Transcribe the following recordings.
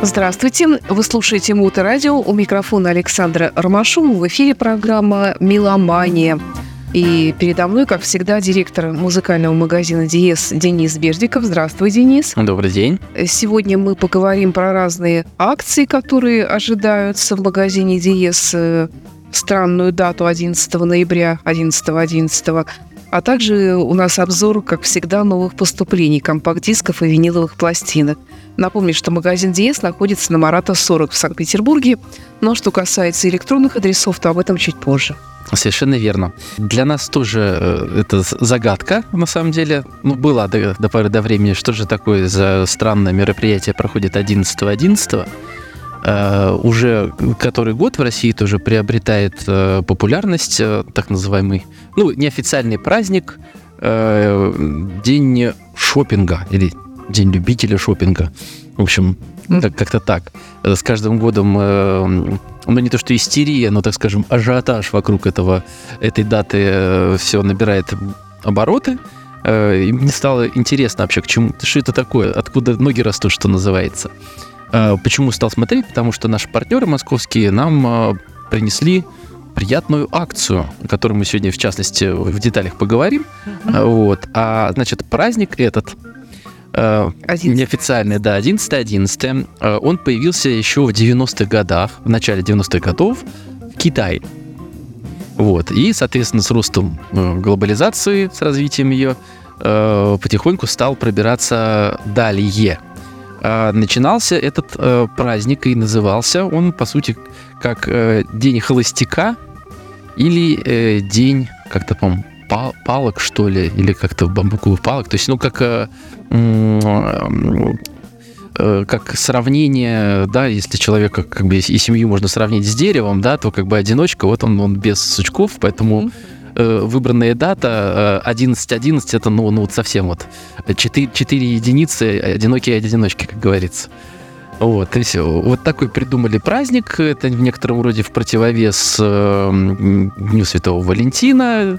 Здравствуйте, вы слушаете Моторадио, у микрофона Александра Ромашова, в эфире программа «Меломания». И передо мной, как всегда, директор музыкального магазина «Диез» Денис Беждиков. Здравствуй, Денис. Добрый день. Сегодня мы поговорим про разные акции, которые ожидаются в магазине «Диез». Странную дату 11 ноября, 11.11. А также у нас обзор, как всегда, новых поступлений, компакт-дисков и виниловых пластинок. Напомню, что магазин «Диез» находится на Марата 40 в Санкт-Петербурге. Но что касается электронных адресов, то об этом чуть позже. Совершенно верно. Для нас тоже это загадка, на самом деле. Была до поры до времени, что же такое за странное мероприятие проходит 11.11. Уже который год в России тоже приобретает популярность так называемый, неофициальный праздник, день шопинга или день любителя шопинга. В общем, как-то так. С каждым годом, не то что истерия, но, так скажем, ажиотаж вокруг этой даты все набирает обороты. И мне стало интересно вообще, что это такое, откуда ноги растут, что называется. Почему стал смотреть? Потому что наши партнеры московские нам принесли приятную акцию, о которой мы сегодня, в частности, в деталях поговорим. Значит, праздник этот, неофициальный, 11.11, он появился еще в 90-х годах, в начале 90-х годов в Китае. И, соответственно, с ростом глобализации, с развитием ее, потихоньку стал пробираться далее. Начинался этот праздник и назывался он, по сути, как День холостяка или День, как-то, по-моему, палок, что ли, или как-то бамбуковых палок. То есть, как сравнение, да, если человека и семью можно сравнить с деревом, да, то одиночка, он без сучков, поэтому выбранная дата 11.11 это совсем 4 единицы, одинокие одиночки, как говорится. То есть такой придумали праздник. Это в некотором роде в противовес Дню Святого Валентина.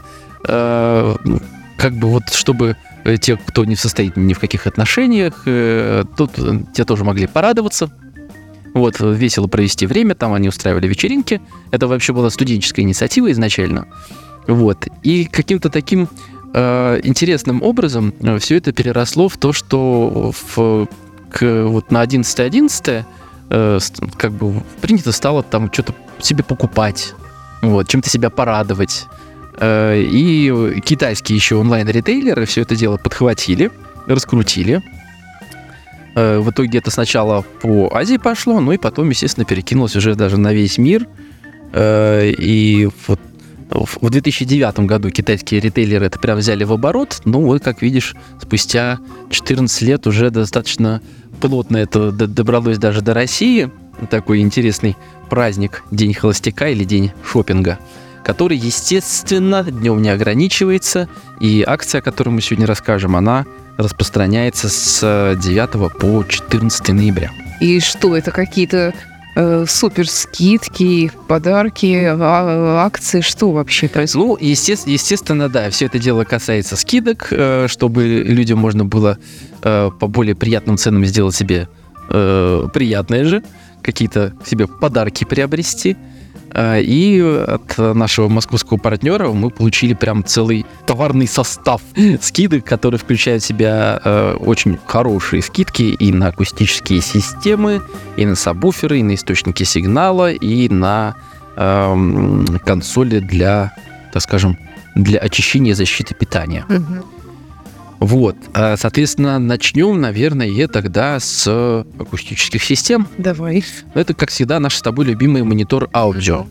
Чтобы те, кто не состоит ни в каких отношениях, тут те тоже могли порадоваться. Весело провести время, там они устраивали вечеринки. Это вообще была студенческая инициатива изначально. И каким-то таким интересным образом все это переросло в то, что на 11.11 принято стало там что-то себе покупать, чем-то себя порадовать. И китайские еще онлайн-ритейлеры все это дело подхватили, раскрутили. В итоге это сначала по Азии пошло, и потом, естественно, перекинулось уже даже на весь мир. И в 2009 году китайские ритейлеры это прям взяли в оборот. Как видишь, спустя 14 лет уже достаточно плотно это добралось даже до России. Такой интересный праздник, День холостяка или День шопинга, который, естественно, днем не ограничивается. И акция, о которой мы сегодня расскажем, она распространяется с 9 по 14 ноября. И что, это какие-то супер скидки, подарки, акции, что вообще происходит? Естественно, да, все это дело касается скидок, чтобы людям можно было по более приятным ценам сделать себе приятное же, какие-то себе подарки приобрести. И от нашего московского партнера мы получили прям целый товарный состав скидок, которые включают в себя очень хорошие скидки и на акустические системы, и на сабвуферы, и на источники сигнала, и на консоли для, так скажем, для очищения и защиты питания. Соответственно, начнем, наверное, тогда с акустических систем. Давай. Это, как всегда, наш с тобой любимый монитор аудио.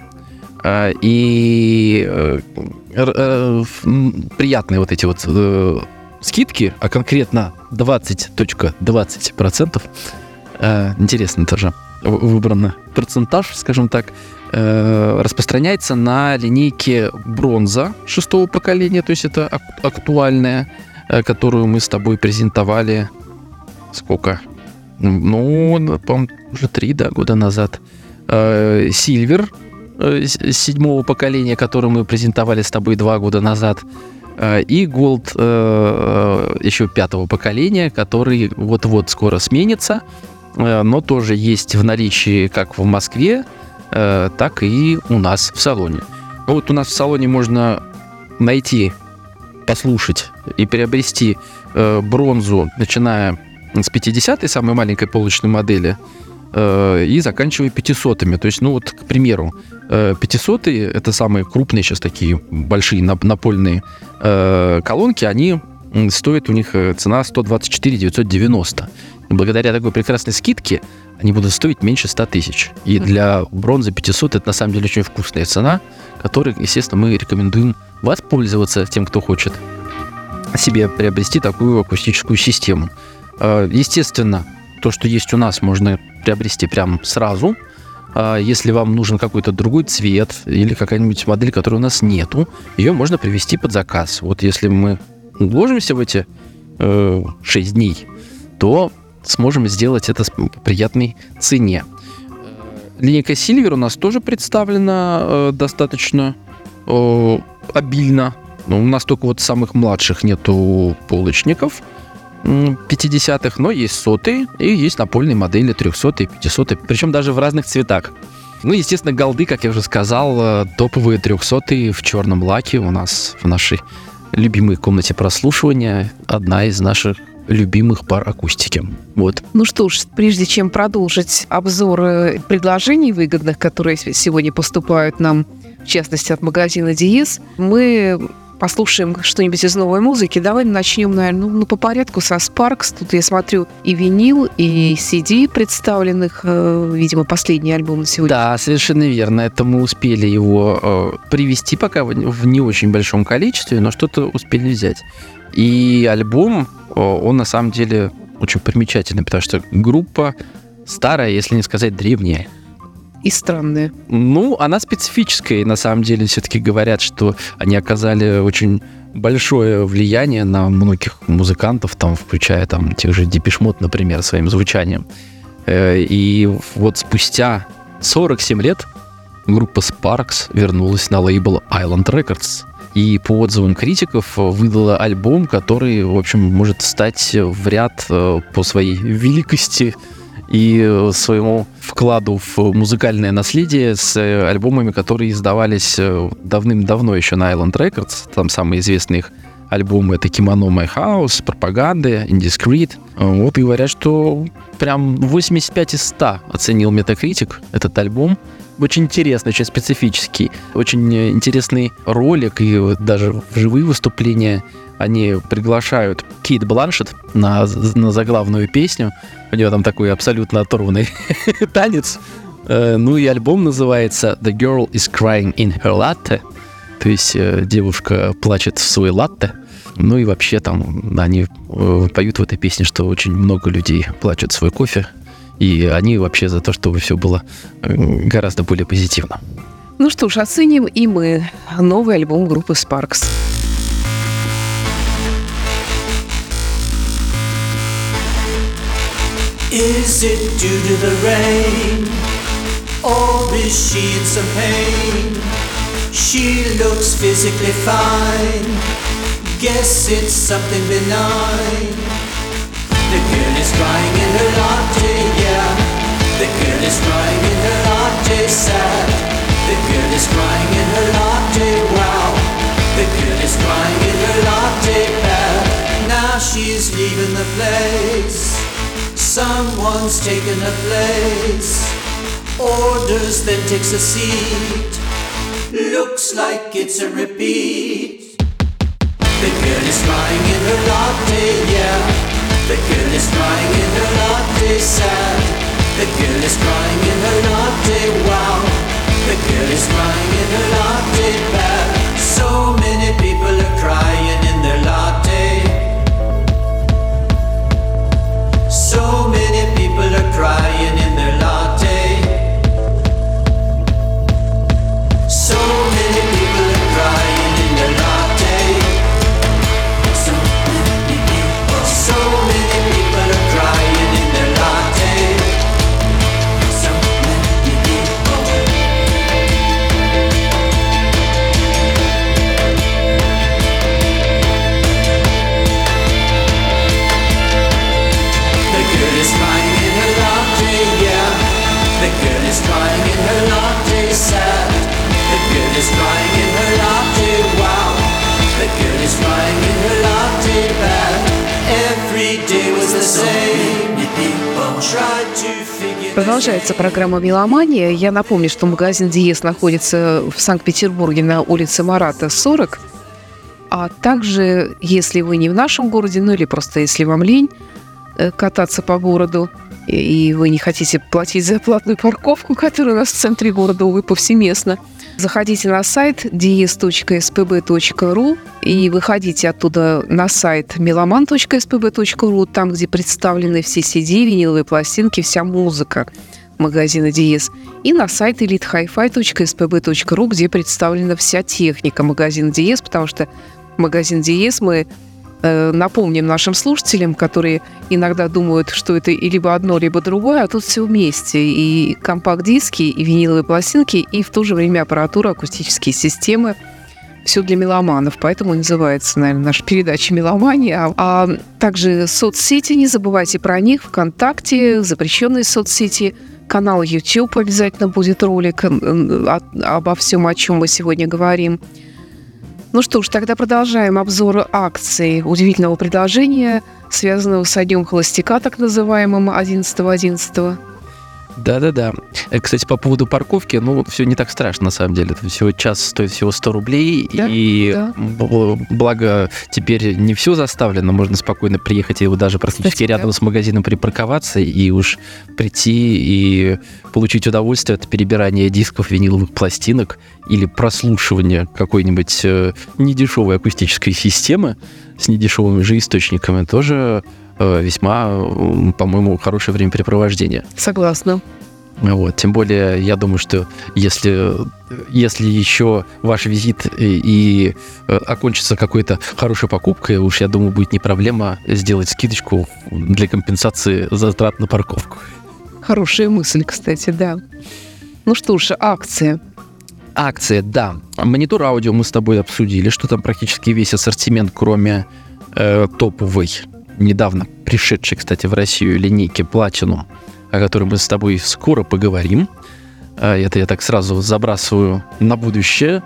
И приятные эти скидки, а конкретно 20% интересно тоже выбран процентаж, скажем так, распространяется на линейке бронза 6-го поколения, то есть это актуальная, которую мы с тобой презентовали сколько? По-моему, уже 3 года назад. Silver 7-го поколения, который мы презентовали с тобой 2 года назад. И Gold еще 5-го поколения, который вот-вот скоро сменится. но тоже есть в наличии как в Москве, так и у нас в салоне. Вот у нас в салоне можно найти, послушать и приобрести бронзу, начиная с 50-й, самой маленькой полочной модели, и заканчивая 500-ми. То есть, к примеру, 500-е, это самые крупные сейчас такие большие напольные колонки, они стоят, у них цена 124 990. И благодаря такой прекрасной скидке они будут стоить меньше 100 тысяч. И для бронзы 500 это на самом деле очень вкусная цена, которой, естественно, мы рекомендуем воспользоваться тем, кто хочет себе приобрести такую акустическую систему. Естественно, то, что есть у нас, можно приобрести прямо сразу. Если вам нужен какой-то другой цвет или какая-нибудь модель, которой у нас нету, ее можно привезти под заказ. Вот если мы уложимся в эти 6 дней, то сможем сделать это по приятной цене. Линейка Silver у нас тоже представлена достаточно обильно. Но у нас только самых младших нету полочников 50-х, но есть сотые и есть напольные модели 300-е, 500-е, причем даже в разных цветах. Естественно, голды, как я уже сказал, топовые 300-е в черном лаке у нас в нашей любимой комнате прослушивания, одна из наших любимых пар акустики. Вот. Что ж, прежде чем продолжить обзор предложений выгодных, которые сегодня поступают нам, в частности, от магазина Диез, мы послушаем что-нибудь из новой музыки. Давай начнем, наверное, по порядку со Sparks. Тут я смотрю и винил, и CD представленных, видимо, последний альбом на сегодня. Да, совершенно верно. Это мы успели его привезти пока в не очень большом количестве, но что-то успели взять. И альбом, он на самом деле очень примечательный, потому что группа старая, если не сказать древняя. И странная. Она специфическая, и на самом деле все-таки говорят, что они оказали очень большое влияние на многих музыкантов, включая тех же Depeche Mode, например, своим звучанием. И вот спустя 47 лет группа Sparks вернулась на лейбл Island Records. И по отзывам критиков выдала альбом, который, в общем, может стать в ряд по своей великости и своему вкладу в музыкальное наследие с альбомами, которые издавались давным-давно еще на Island Records. Там самые известные их альбомы — это «Kimono My House», «Пропаганда», «Indiscreet». И говорят, что прям 85 из 100 оценил Metacritic этот альбом. Очень интересный, очень специфический, очень интересный ролик, и даже в живые выступления они приглашают Кейт Бланшетт на заглавную песню. У нее там такой абсолютно оторванный танец. И альбом называется «The Girl is Crying in Her Latte», то есть девушка плачет в свой латте. И вообще они поют в этой песне, что очень много людей плачут в свой кофе. И они вообще за то, чтобы все было гораздо более позитивно. Что ж, оценим и мы новый альбом группы Sparks. Is it due to the rain, or is she in some pain? She looks physically fine, guess it's something benign. The girl is crying in her latte, yeah. The girl is crying in her latte, sad. The girl is crying in her latte, wow. The girl is crying in her latte, bad. Now she's leaving the place. Someone's taken her place. Orders, then takes a seat. Looks like it's a repeat. The girl is crying in her latte, yeah. The girl is crying in her latte, sad. The girl is crying in her latte, wow. The girl is crying in her latte, bad. So many people are crying in their latte. So many people are crying in their latte. So many people are crying in their latte. So many people. So many people are crying in their latte. So many people. Продолжается программа «Меломания». Я напомню, что магазин «Диез» находится в Санкт-Петербурге на улице Марата, 40. А также, если вы не в нашем городе, ну или просто если вам лень кататься по городу, и вы не хотите платить за платную парковку, которая у нас в центре города, увы, повсеместно, заходите на сайт diez.spb.ru и выходите оттуда на сайт meloman.spb.ru, там, где представлены все CD, виниловые пластинки, вся музыка магазина «Диез», и на сайт elitehifi.spb.ru, где представлена вся техника магазина «Диез», потому что магазин «Диез» мы напомним нашим слушателям, которые иногда думают, что это и либо одно, либо другое, а тут все вместе. И компакт-диски, и виниловые пластинки, и в то же время аппаратура, акустические системы. Все для меломанов, поэтому называется, наверное, наша передача «Меломания». А также соцсети, не забывайте про них. ВКонтакте, запрещенные соцсети, канал YouTube обязательно будет ролик обо всем, о чем мы сегодня говорим. Ну что ж, тогда продолжаем обзор акций удивительного предложения, связанного с Днем холостяка, так называемым, 11.11. Да-да-да. Кстати, по поводу парковки, все не так страшно, на самом деле. Это всего час стоит всего 100 рублей, да? И да. Благо теперь не все заставлено, можно спокойно приехать и даже практически рядом с магазином припарковаться и уж прийти и получить удовольствие от перебирания дисков, виниловых пластинок или прослушивания какой-нибудь недешевой акустической системы с недешевыми же источниками. Тоже весьма, по-моему, хорошее времяпрепровождение. Согласна. Вот. Тем более, я думаю, что если еще ваш визит и окончится какой-то хорошей покупкой, уж, я думаю, будет не проблема сделать скидочку для компенсации затрат на парковку. Хорошая мысль, кстати, да. Ну что ж, акция. Акция, да. Монитор аудио мы с тобой обсудили, что там практически весь ассортимент, кроме топовой, недавно пришедшей, кстати, в Россию линейки Platinum, о которой мы с тобой скоро поговорим. Это я так сразу забрасываю на будущее.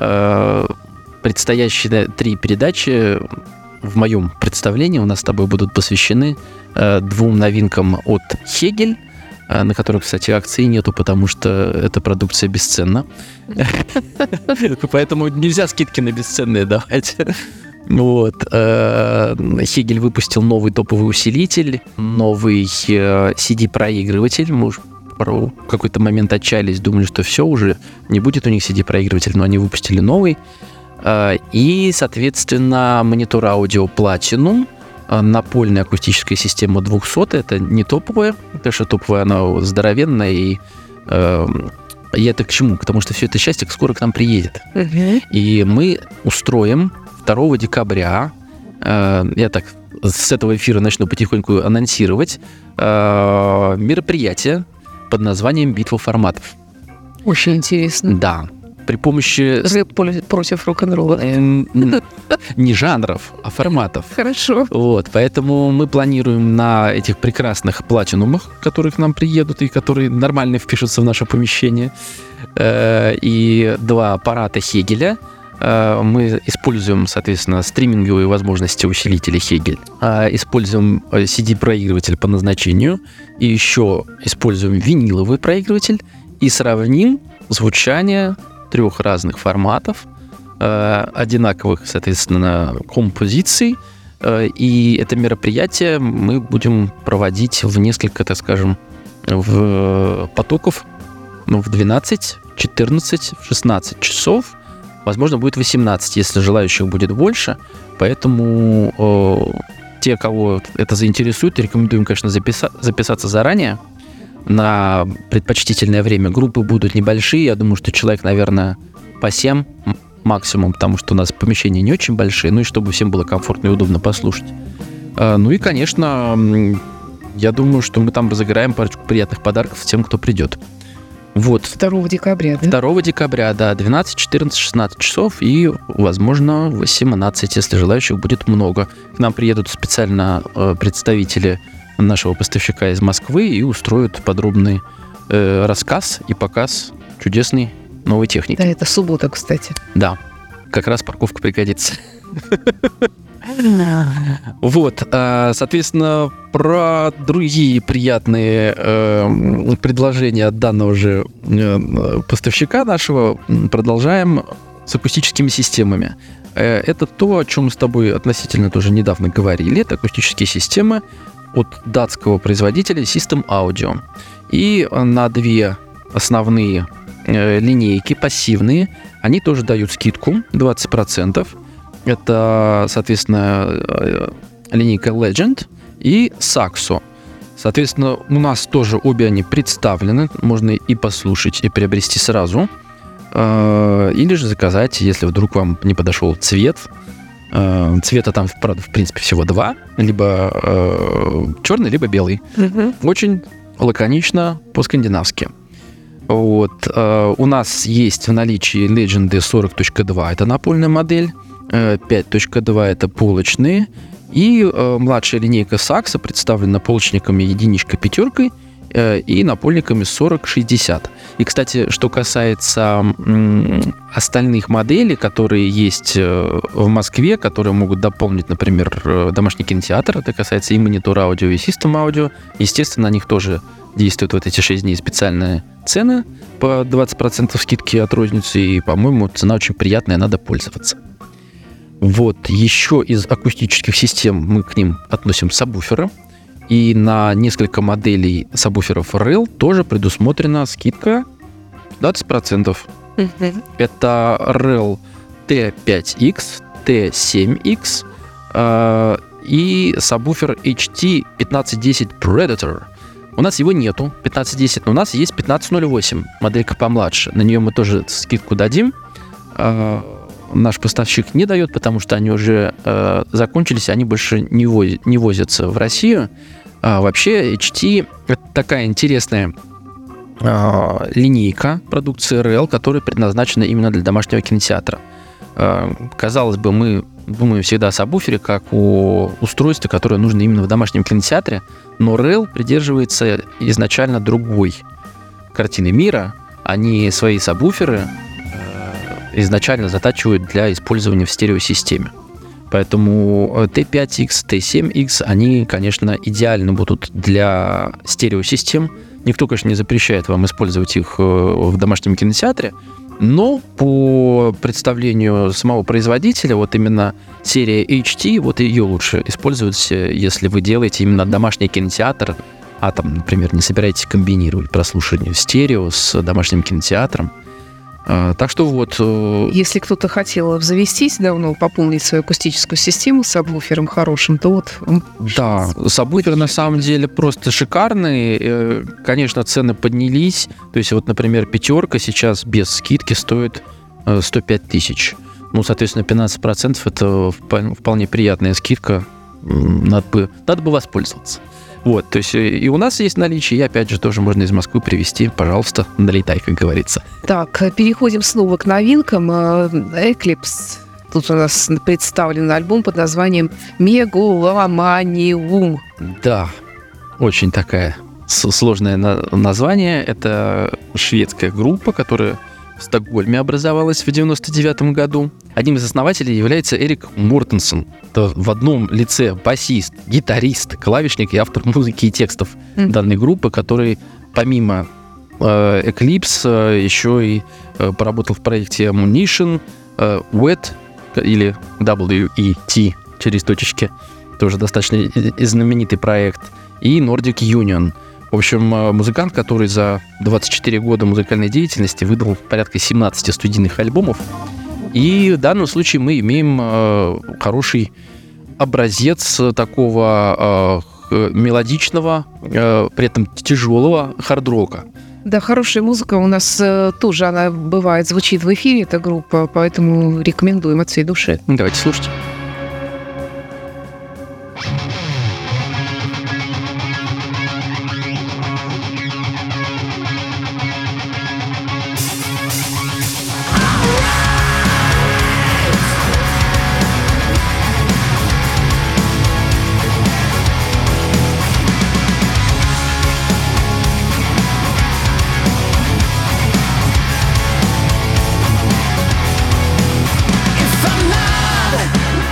Предстоящие 3 передачи в моем представлении у нас с тобой будут посвящены 2 новинкам от Hegel, на которых, кстати, акции нету, потому что эта продукция бесценна. Поэтому нельзя скидки на бесценные давать. Вот. Hegel выпустил новый топовый усилитель, новый CD-проигрыватель. Мы уж в какой-то момент отчаялись, думали, что все, уже не будет у них CD-проигрыватель, но они выпустили новый. И, соответственно, монитор аудио Platinum, напольная акустическая система 200. Это не топовая, потому что топовая она здоровенная. И я это к чему? Потому что все это счастье скоро к нам приедет. И мы устроим 2 декабря, я так с этого эфира начну потихоньку анонсировать, мероприятие под названием «Битва форматов». Очень интересно. Да. При помощи... Рэп против рок-н-ролла. Не жанров, а форматов. Хорошо. Вот, поэтому мы планируем на этих прекрасных платинумах, которые к нам приедут и которые нормально впишутся в наше помещение, и 2 аппарата Hegel. Мы используем, соответственно, стриминговые возможности усилителя Hegel, используем CD-проигрыватель по назначению, и еще используем виниловый проигрыватель, и сравним звучание 3 разных форматов, одинаковых, соответственно, композиций, и это мероприятие мы будем проводить в несколько, так скажем, в потоков, в 12, 14, 16 часов. Возможно, будет 18, если желающих будет больше. Поэтому те, кого это заинтересует, рекомендуем, конечно, записаться заранее на предпочтительное время. Группы будут небольшие. Я думаю, что человек, наверное, по 7 максимум, потому что у нас помещения не очень большие. Ну и чтобы всем было комфортно и удобно послушать. Ну и, конечно, я думаю, что мы там разыграем парочку приятных подарков тем, кто придет. Вот. 2 декабря, да? 2 декабря, да, 12, 14, 16 часов и, возможно, 18, если желающих будет много. К нам приедут специально представители нашего поставщика из Москвы и устроят подробный рассказ и показ чудесной новой техники. Да, это суббота, кстати. Да, как раз парковка пригодится. Вот, соответственно, про другие приятные предложения от данного же поставщика нашего продолжаем с акустическими системами. Это то, о чем мы с тобой относительно тоже недавно говорили. Это акустические системы от датского производителя System Audio. И на две основные линейки пассивные, они тоже дают скидку 20%. Это, соответственно, линейка Legend и Saxo. Соответственно, у нас тоже обе они представлены. Можно и послушать, и приобрести сразу. Или же заказать, если вдруг вам не подошел цвет. Цвета там, правда, в принципе, всего два. Либо черный, либо белый. Очень лаконично по-скандинавски. Вот. У нас есть в наличии Legend 40.2, это напольная модель. 5.2 это полочные. И младшая линейка Saxo представлена полочниками единичка, пятеркой и напольниками 40-60. И, кстати, что касается остальных моделей, которые есть в Москве, которые могут дополнить, например, домашний кинотеатр, это касается и монитора аудио, и систем аудио, естественно, на них тоже действуют вот эти 6 дней специальные цены по 20% скидки от розницы, и, по-моему, цена очень приятная, надо пользоваться. Вот, еще из акустических систем мы к ним относим сабвуферы. И на несколько моделей сабвуферов REL тоже предусмотрена скидка 20%. Это REL T5X, T7X и сабвуфер HT1510 Predator. У нас его нету, 1510, но у нас есть 1508, моделька помладше. На нее мы тоже скидку дадим. Наш поставщик не дает, потому что они уже закончились, они больше не возятся в Россию. Вообще HT — это такая интересная линейка продукции REL, которая предназначена именно для домашнего кинотеатра. Казалось бы, мы думаем всегда о сабвуфере как о устройстве, которое нужно именно в домашнем кинотеатре, но REL придерживается изначально другой картины мира. Они свои сабвуферы изначально затачивают для использования в стереосистеме. Поэтому T5X, T7X, они, конечно, идеально будут для стереосистем. Никто, конечно, не запрещает вам использовать их в домашнем кинотеатре, но по представлению самого производителя, вот именно серия HT, вот ее лучше использовать, если вы делаете именно домашний кинотеатр, а там, например, не собираетесь комбинировать прослушивание в стерео с домашним кинотеатром. Так что вот... Если кто-то хотел завестись давно, пополнить свою акустическую систему сабвуфером хорошим, то вот... Да, сабвуферы на самом деле просто шикарные. Конечно, цены поднялись. То есть вот, например, пятерка сейчас без скидки стоит 105 тысяч. Ну, соответственно, 15% это вполне приятная скидка. Надо бы воспользоваться. Вот, то есть и у нас есть наличие, и опять же тоже можно из Москвы привезти, пожалуйста, налетай, как говорится. Так, переходим снова к новинкам. Eclipse. Тут у нас представлен альбом под названием «Мегаломаниум». Да, очень такая сложное название. Это шведская группа, которая в Стокгольме образовалась в 1999 году. Одним из основателей является Эрик Мортенсон. Это в одном лице басист, гитарист, клавишник и автор музыки и текстов данной группы, который помимо Eclipse еще и поработал в проекте Ammunition, WET или WET через точечки, тоже достаточно знаменитый проект, и Nordic Union. В общем, музыкант, который за 24 года музыкальной деятельности выдал порядка 17 студийных альбомов. И в данном случае мы имеем хороший образец такого мелодичного, при этом тяжелого хард-рока. Да, хорошая музыка у нас тоже, она бывает, звучит в эфире, эта группа, поэтому рекомендуем от всей души. Давайте слушать. If I'm not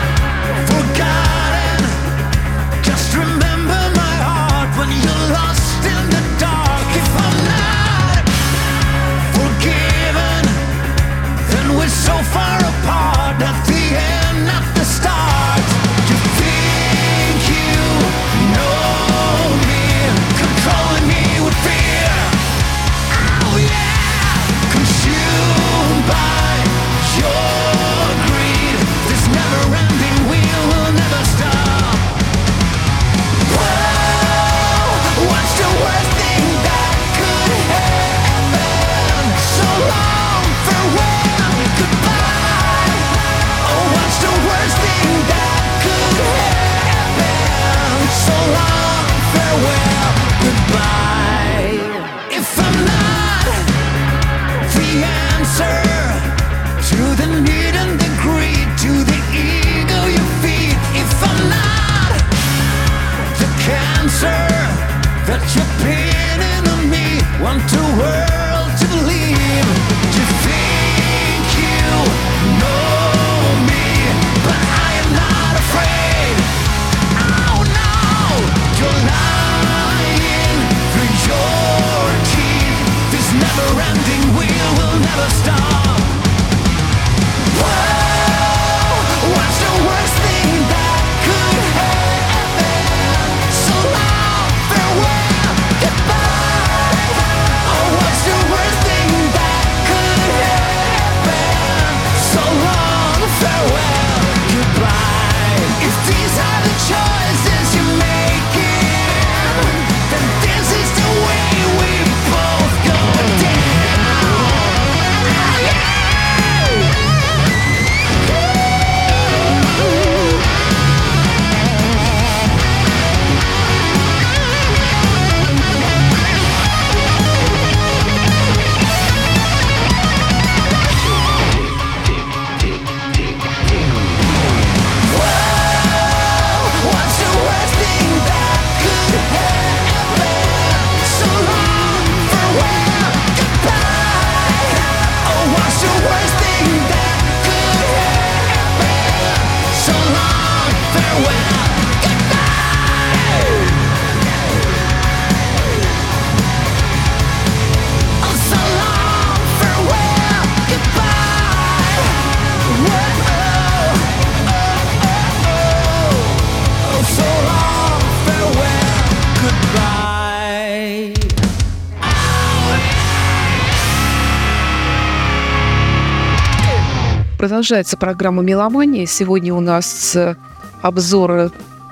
Продолжается программа «Меломания». Сегодня у нас обзор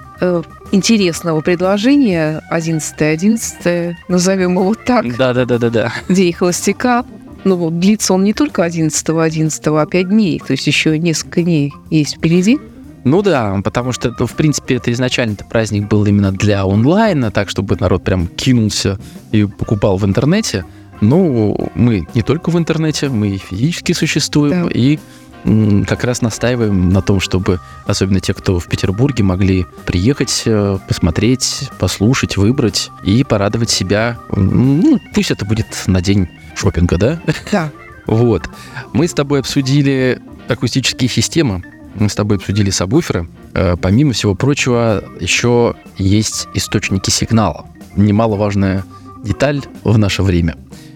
интересного предложения 11.11, назовем его так, Да. «День холостяка». Ну, длится он не только 11.11, а 5 дней, то есть еще несколько дней есть впереди. Ну да, потому что, в принципе, это изначально-то праздник был именно для онлайна, так, чтобы народ прям кинулся и покупал в интернете. Ну, мы не только в интернете, мы и физически существуем, Да. и как раз настаиваем на том, чтобы особенно те, кто в Петербурге, могли приехать, посмотреть, послушать, выбрать и порадовать себя. Ну, пусть это будет на день шопинга, да? Да. Вот. Мы с тобой обсудили акустические системы, мы с тобой обсудили сабвуферы. Помимо всего прочего, еще есть источники сигнала. Немаловажная деталь в наше время.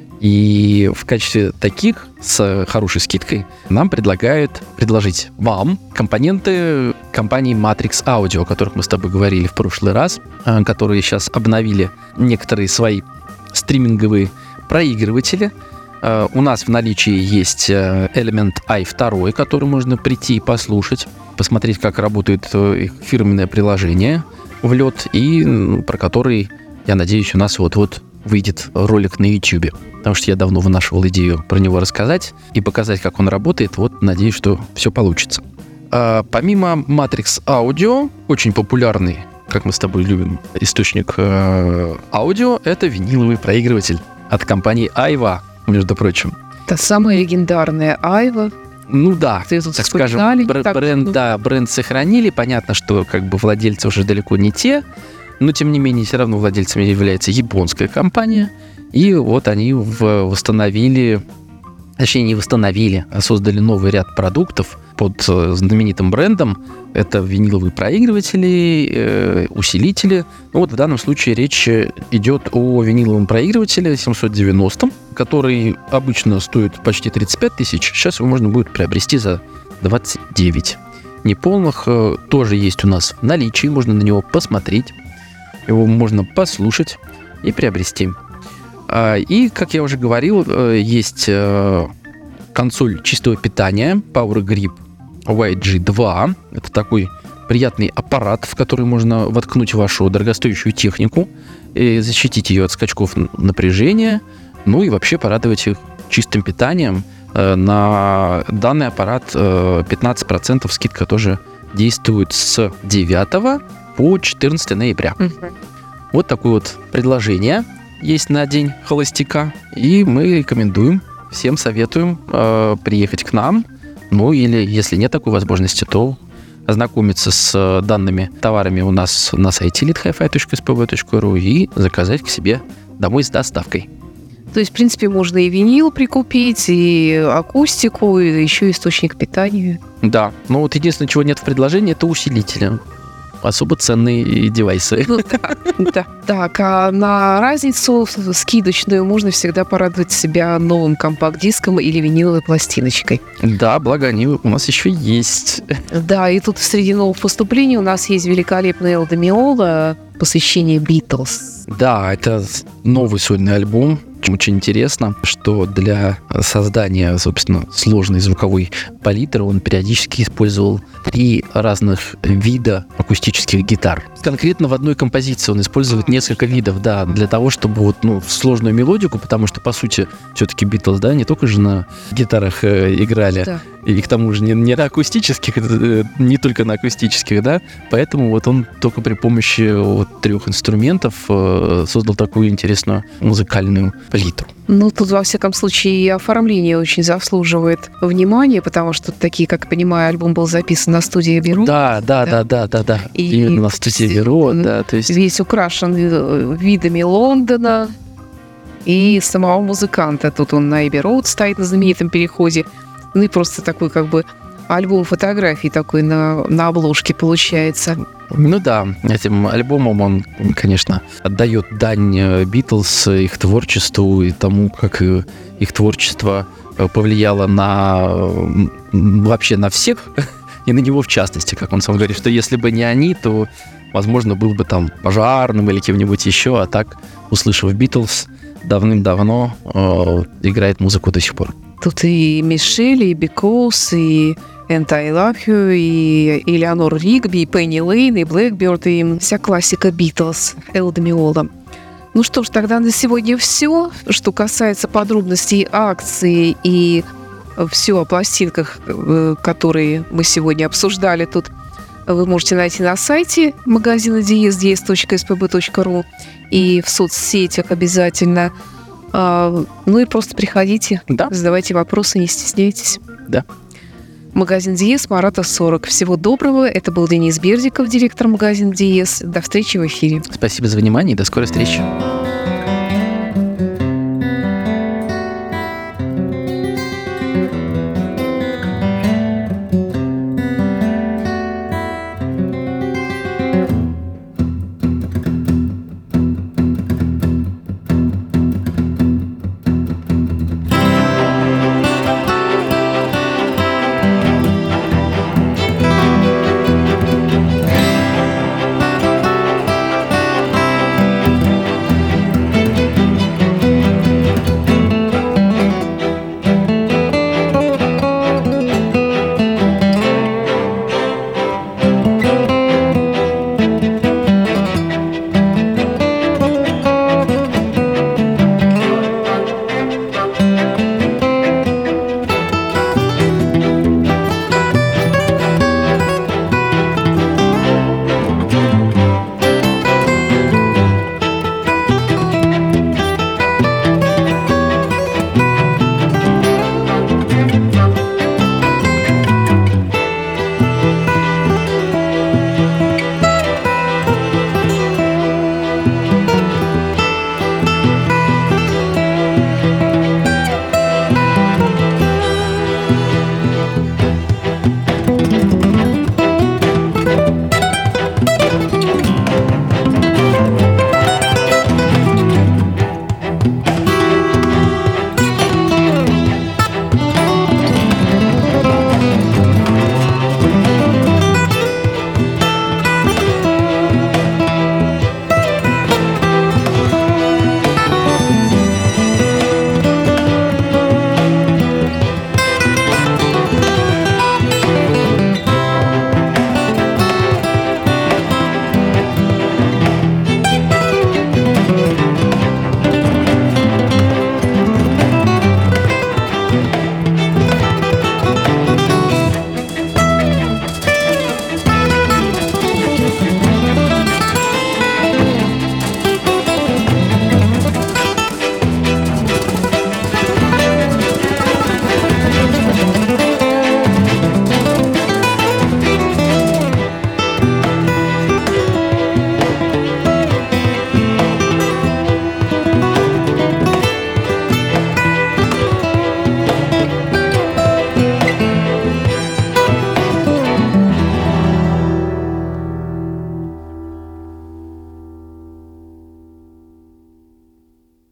И в качестве таких, с хорошей скидкой, нам предложить вам компоненты компании Matrix Audio, о которых мы с тобой говорили в прошлый раз, которые сейчас обновили некоторые свои стриминговые проигрыватели. У нас в наличии есть Element i2, который можно прийти и послушать, посмотреть, как работает их фирменное приложение в лед, и про который, я надеюсь, у нас вот-вот выйдет ролик на YouTube. Потому что я давно вынашивал идею про него рассказать и показать, как он работает. Вот, надеюсь, что все получится. Помимо Matrix Audio, очень популярный, как мы с тобой любим, источник аудио, это виниловый проигрыватель от компании Aiwa, между прочим. Та самая легендарная Айва. Ну да, Ты тут так скажем, вспоминали, бренд, да, бренд сохранили. Понятно, что как бы владельцы уже далеко не те, но тем не менее все равно владельцами является японская компания. И вот они восстановили, точнее не восстановили, а создали новый ряд продуктов под знаменитым брендом. Это виниловые проигрыватели, усилители. Ну вот в данном случае речь идет о виниловом проигрывателе 790, который обычно стоит почти 35 тысяч. Сейчас его можно будет приобрести за 29. Неполных тоже есть у нас в наличии, можно на него посмотреть. Его можно послушать и приобрести. И, как я уже говорил, есть консоль чистого питания Power Grip YG2. Это такой приятный аппарат, в который можно воткнуть вашу дорогостоящую технику и защитить ее от скачков напряжения, ну и вообще порадовать их чистым питанием. На данный аппарат 15% скидка тоже действует с 9 по 14 ноября. Вот такое вот предложение есть на День холостяка, и мы рекомендуем, всем советуем приехать к нам, ну или если нет такой возможности, то ознакомиться с данными товарами у нас на сайте elitehifi.spv.ru и заказать к себе домой с доставкой. То есть, в принципе, можно и винил прикупить, и акустику, и еще источник питания. Да, но вот единственное, чего нет в предложении, это усилители. Особо ценные девайсы. Ну да. Так, а на разницу скидочную можно всегда порадовать себя новым компакт-диском или виниловой пластиночкой. Да, благо они у нас еще есть. Да, и тут среди новых поступлений у нас есть великолепный Эл Де Миола, посвящение Битлз. Да, это новый сольный альбом. Очень интересно, что для создания, собственно, сложной звуковой палитры он периодически использовал 3 разных вида акустических гитар. Конкретно в одной композиции он использует несколько видов, да, для того, чтобы вот, сложную мелодику, потому что, по сути, все-таки Битлз, да, не только же на гитарах играли, Да. и к тому же не на акустических, не только на акустических, да, поэтому вот он только при помощи вот 3 инструментов создал такую интересную музыкальную палитру. Ну, тут, во всяком случае, и оформление очень заслуживает внимания, потому что такие, как я понимаю, альбом был записан на студии Бюро. Да. И именно на студии Бюро, да, то есть... Весь украшен видами Лондона и самого музыканта. Тут он на Эбби Роуд стоит на знаменитом переходе. Ну и просто такой как бы альбом фотографий такой на обложке получается. Ну да, этим альбомом он, конечно, отдает дань Битлз, их творчеству и тому, как их творчество повлияло вообще на всех, и на него в частности, как он сам говорит, что если бы не они, то, возможно, был бы там пожарным или кем-нибудь еще, а так, услышав Битлз, давным-давно играет музыку до сих пор. Тут и Мишель, и Because, и And I Love You, и Элеонор Ригби, и Пенни Лейн, и Блэкберт, и вся классика Битлз, Элда Миола. Ну что ж, тогда на сегодня все. Что касается подробностей акции и все о пластинках, которые мы сегодня обсуждали тут, вы можете найти на сайте магазина Диез, diez.spb.ru, и в соцсетях обязательно. Ну и просто приходите, Да. задавайте вопросы, не стесняйтесь. Да. Магазин Диез, Марата 40. Всего доброго. Это был Денис Бердиков, директор магазина Диез. До встречи в эфире. Спасибо за внимание и до скорой встречи.